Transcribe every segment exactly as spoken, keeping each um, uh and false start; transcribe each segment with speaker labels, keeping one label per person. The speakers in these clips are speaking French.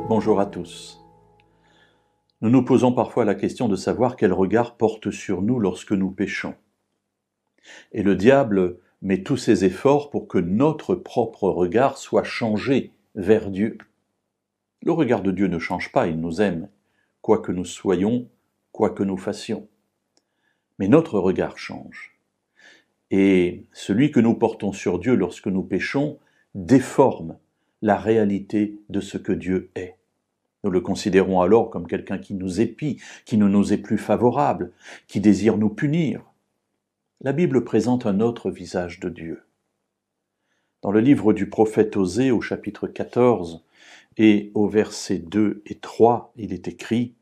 Speaker 1: Bonjour à tous. Nous nous posons parfois la question de savoir quel regard porte sur nous lorsque nous péchons. Et le diable met tous ses efforts pour que notre propre regard soit changé vers Dieu. Le regard de Dieu ne change pas, il nous aime, quoi que nous soyons, quoi que nous fassions. Mais notre regard change. Et celui que nous portons sur Dieu lorsque nous péchons déforme la réalité de ce que Dieu est. Nous le considérons alors comme quelqu'un qui nous épie, qui ne nous est plus favorable, qui désire nous punir. La Bible présente un autre visage de Dieu. Dans le livre du prophète Osée, au chapitre quatorze et au versets deux et trois, il est écrit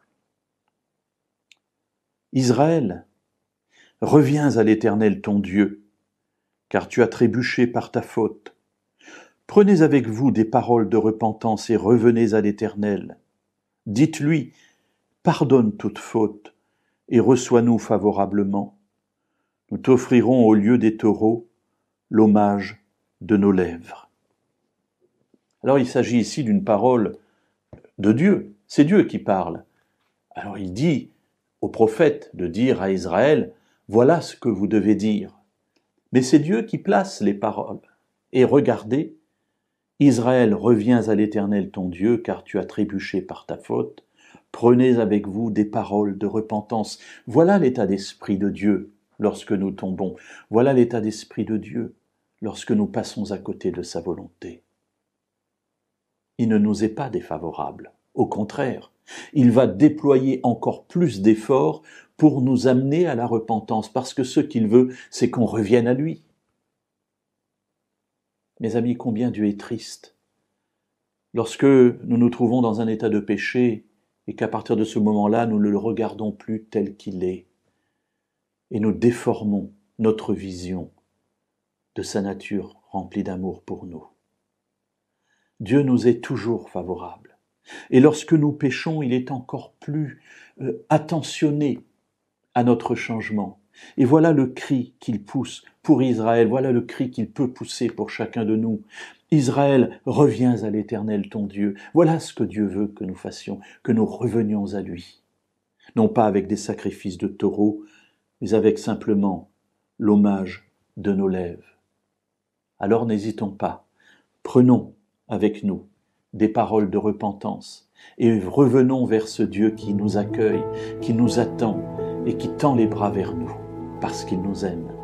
Speaker 1: « Israël, reviens à l'Éternel ton Dieu, car tu as trébuché par ta faute. Prenez avec vous des paroles de repentance et revenez à l'Éternel. Dites-lui, pardonne toute faute et reçois-nous favorablement. Nous t'offrirons au lieu des taureaux l'hommage de nos lèvres. » Alors il s'agit ici d'une parole de Dieu, c'est Dieu qui parle. Alors il dit au prophète de dire à Israël, voilà ce que vous devez dire. Mais c'est Dieu qui place les paroles. Et regardez, Israël, reviens à l'Éternel ton Dieu, car tu as trébuché par ta faute. Prenez avec vous des paroles de repentance. Voilà l'état d'esprit de Dieu lorsque nous tombons. Voilà l'état d'esprit de Dieu lorsque nous passons à côté de sa volonté. Il ne nous est pas défavorable. Au contraire, il va déployer encore plus d'efforts pour nous amener à la repentance, parce que ce qu'il veut, c'est qu'on revienne à lui. Mes amis, combien Dieu est triste lorsque nous nous trouvons dans un état de péché et qu'à partir de ce moment-là, nous ne le regardons plus tel qu'il est et nous déformons notre vision de sa nature remplie d'amour pour nous. Dieu nous est toujours favorable. Et lorsque nous péchons, il est encore plus euh, attentionné à notre changement. Et voilà le cri qu'il pousse pour Israël, voilà le cri qu'il peut pousser pour chacun de nous. Israël, reviens à l'Éternel ton Dieu. Voilà ce que Dieu veut que nous fassions, que nous revenions à lui. Non pas avec des sacrifices de taureaux, mais avec simplement l'hommage de nos lèvres. Alors n'hésitons pas, prenons avec nous des paroles de repentance et revenons vers ce Dieu qui nous accueille, qui nous attend et qui tend les bras vers nous parce qu'il nous aime.